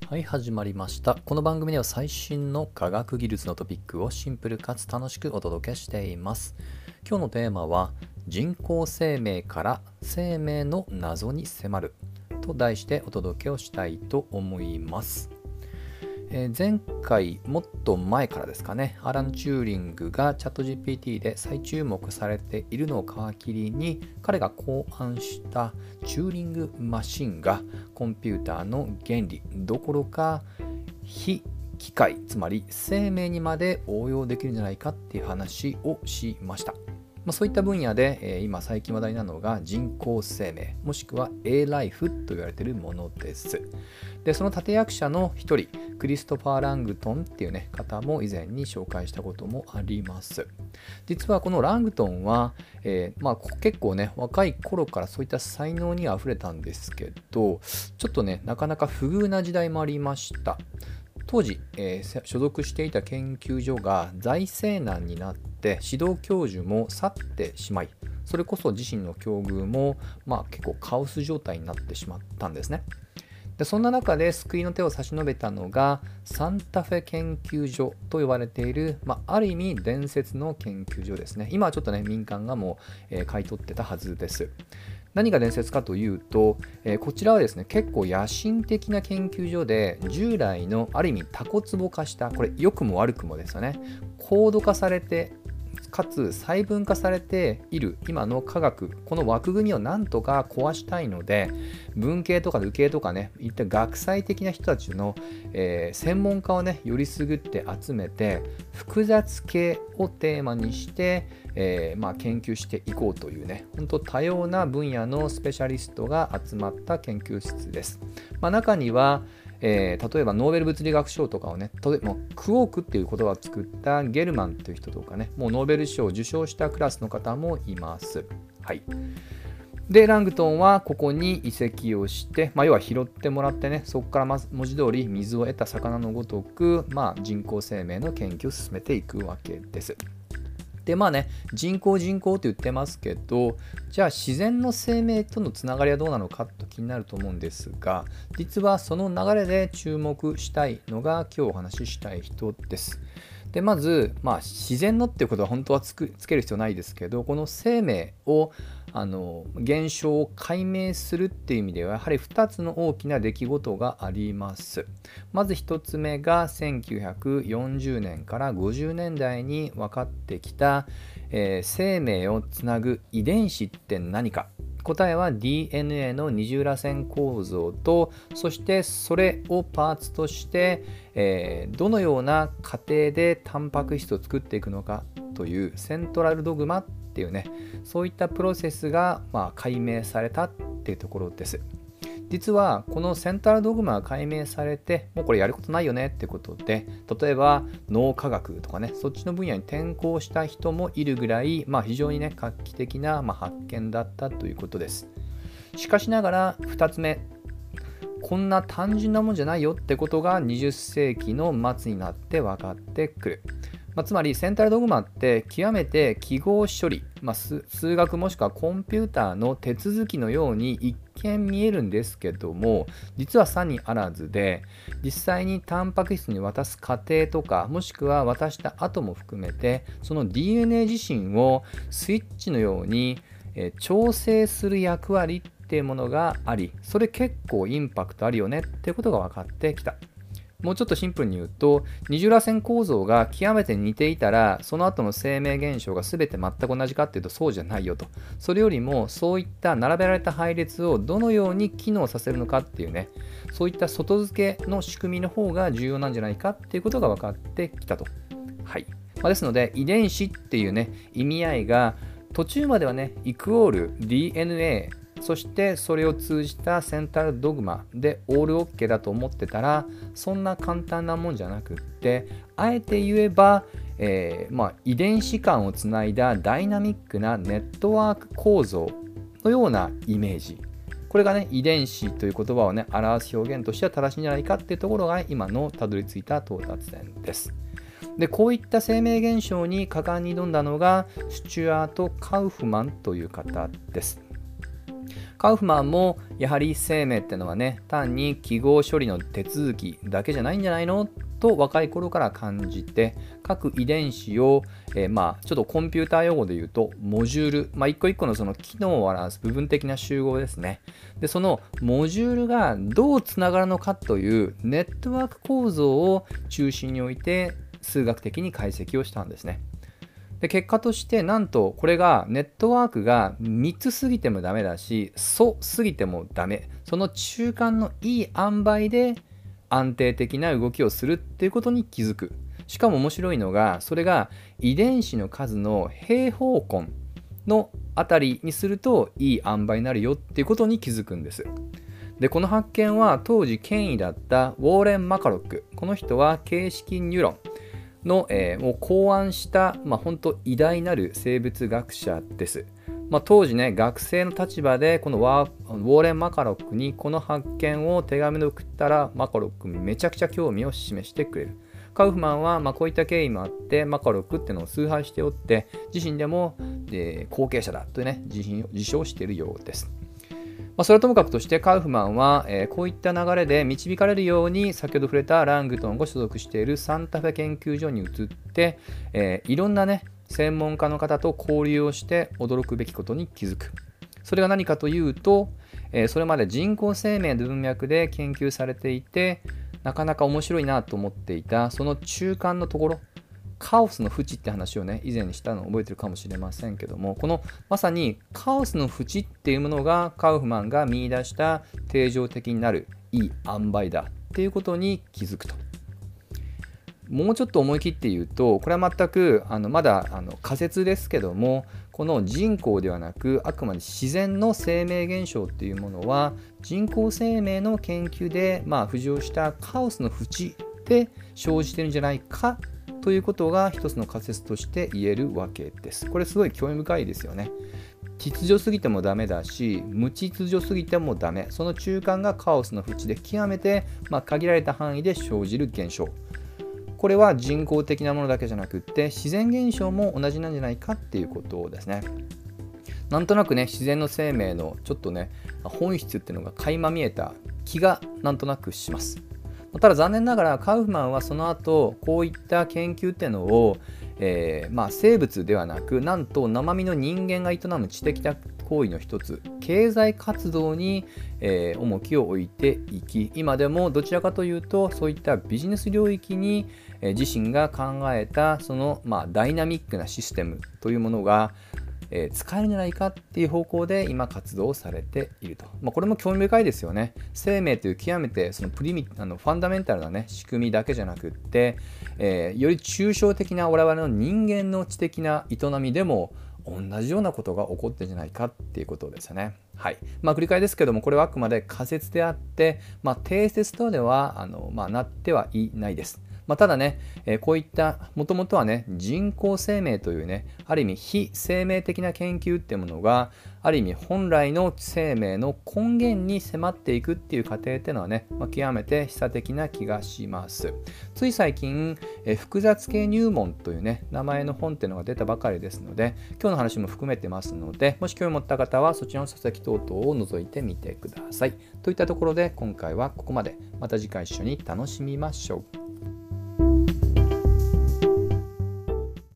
はい、始まりました。この番組では最新の科学技術のトピックをシンプルかつ楽しくお届けしています。今日のテーマは人工生命から生命の謎に迫ると題してお届けをしたいと思います。前回もっと前からですかね、アラン・チューリングがチャット GPT で再注目されているのを皮切りに、彼が考案したチューリングマシンがコンピューターの原理どころか非機械、つまり生命にまで応用できるんじゃないかっていう話をしました。そういった分野で、今最近話題なのが人工生命もしくは A ライフと言われているものです。でその立役者の一人クリストファー・ラングトンっていうね方も以前に紹介したこともあります。実はこのラングトンは、結構ね若い頃からそういった才能にあふれたんですけど、ちょっとねなかなか不遇な時代もありました。当時、所属していた研究所が財政難になって指導教授も去ってしまい、それこそ自身の境遇も、結構カオス状態になってしまったんですね。でそんな中で救いの手を差し伸べたのがサンタフェ研究所と呼ばれている、ある意味伝説の研究所ですね。今はちょっとね民間がもう、買い取ってたはずです。何が伝説かというと、こちらはですね結構野心的な研究所で、従来のある意味タコツボ化した、これ良くも悪くもですよね、高度化されてかつ細分化されている今の科学、この枠組みをなんとか壊したいので、文系とか理系とかねいった学際的な人たちの、専門家をねよりすぐって集めて複雑系をテーマにして、研究していこうというね、本当多様な分野のスペシャリストが集まった研究室です。中には例えばノーベル物理学賞とかをね、クォークっていう言葉を作ったゲルマンという人とかね、もうノーベル賞を受賞したクラスの方もいます。はい。でラングトンはここに移籍をして、要は拾ってもらってね、そこから文字通り水を得た魚のごとく、人工生命の研究を進めていくわけです。で人工と言ってますけど、じゃあ自然の生命とのつながりはどうなのかと気になると思うんですが、実はその流れで注目したいのが今日お話ししたい人です。でまず、自然のっていうことは本当はつける必要ないですけど、この生命を現象を解明するっていう意味ではやはり2つの大きな出来事があります。まず1つ目が1940年から50年代に分かってきた、生命をつなぐ遺伝子って何か。答えは DNA の二重らせん構造と、そしてそれをパーツとして、どのような過程でタンパク質を作っていくのかというセントラルドグマっていうね、そういったプロセスが解明されたっていうところです。実はこのセントラルドグマが解明されて、もうこれやることないよねってことで、例えば脳科学とかね、そっちの分野に転向した人もいるぐらい、非常にね画期的な発見だったということです。しかしながら2つ目、こんな単純なもんじゃないよってことが20世紀の末になって分かってくる。つまりセントラルドグマって極めて記号処理、数学もしくはコンピューターの手続きのように一見見えるんですけども、実は差にあらずで、実際にタンパク質に渡す過程とか、もしくは渡した後も含めて、その DNA 自身をスイッチのように調整する役割っていうものがあり、それ結構インパクトあるよねっていうことが分かってきた。もうちょっとシンプルに言うと、二重らせん構造が極めて似ていたら、その後の生命現象が全て全く同じかっていうとそうじゃないよと。それよりもそういった並べられた配列をどのように機能させるのかっていうね、そういった外付けの仕組みの方が重要なんじゃないかっていうことが分かってきたと。はい。ですので遺伝子っていうね意味合いが途中まではねイクオール DNA、そしてそれを通じたセントラルドグマでオールオッケーだと思ってたら、そんな簡単なもんじゃなくって、あえて言えば、遺伝子間をつないだダイナミックなネットワーク構造のようなイメージ、これがね遺伝子という言葉をね表す表現としては正しいんじゃないかっていうところが今のたどり着いた到達点です。でこういった生命現象に果敢に挑んだのがスチュアート・カウフマンという方です。 カウフマンもやはり生命ってのはね、単に記号処理の手続きだけじゃないんじゃないのと若い頃から感じて、各遺伝子を、ちょっとコンピューター用語で言うとモジュール、一個一個のその機能を表す部分的な集合ですね。でそのモジュールがどうつながるのかというネットワーク構造を中心に置いて数学的に解析をしたんですね。で結果としてなんとこれがネットワークが3つ過ぎてもダメだし素過ぎてもダメ、その中間のいい塩梅で安定的な動きをするっていうことに気づく。しかも面白いのがそれが遺伝子の数の平方根のあたりにするといい塩梅になるよっていうことに気づくんです。でこの発見は当時権威だったウォーレン・マカロック、この人は形式ニューロンの、を考案した、本当偉大なる生物学者です。当時ね学生の立場でこのウォーレン・マカロックにこの発見を手紙で送ったらマカロックにめちゃくちゃ興味を示してくれる。カウフマンはこういった経緯もあってマカロックっていうのを崇拝しておって自身でも、後継者だというね自称しているようです。それはともかくとしてカウフマンは、こういった流れで導かれるように先ほど触れたラングトンが所属しているサンタフェ研究所に移って、いろんなね専門家の方と交流をして驚くべきことに気づく。それが何かというと、それまで人工生命の文脈で研究されていてなかなか面白いなと思っていたその中間のところ、カオスの淵って話をね以前にしたのを覚えてるかもしれませんけども、このまさにカオスの淵っていうものがカウフマンが見出した定常的になるいい塩梅だっていうことに気づくと。もうちょっと思い切って言うとこれは全くまだ仮説ですけども、この人工ではなくあくまで自然の生命現象っていうものは人工生命の研究で浮上したカオスの淵で生じてるんじゃないかということが一つの仮説として言えるわけです。これすごい興味深いですよね。秩序すぎてもダメだし無秩序すぎてもダメ、その中間がカオスの淵で極めて限られた範囲で生じる現象、これは人工的なものだけじゃなくって自然現象も同じなんじゃないかっていうことですね。なんとなくね自然の生命のちょっとね本質っていうのが垣間見えた気がなんとなくします。ただ残念ながらカウフマンはその後こういった研究っていうのを、生物ではなくなんと生身の人間が営む知的な行為の一つ経済活動に、重きを置いていき、今でもどちらかというとそういったビジネス領域に、自身が考えたその、ダイナミックなシステムというものが使えるんじゃないかっていう方向で今活動されていると。これも興味深いですよね。生命という極めてそのファンダメンタルなね仕組みだけじゃなくって、より抽象的な我々の人間の知的な営みでも同じようなことが起こってるんじゃないかっていうことですよね。はい。繰り返しですけどもこれはあくまで仮説であって、定説とではなってはいないです。ただね、こういったもともとはね人工生命というねある意味非生命的な研究っていうものがある意味本来の生命の根源に迫っていくっていう過程っていうのはね、極めて示唆的な気がします。つい最近、複雑系入門というね名前の本っていうのが出たばかりですので今日の話も含めてますので、もし興味を持った方はそちらの書籍等々を覗いてみてください。といったところで今回はここまで。また次回一緒に楽しみましょう。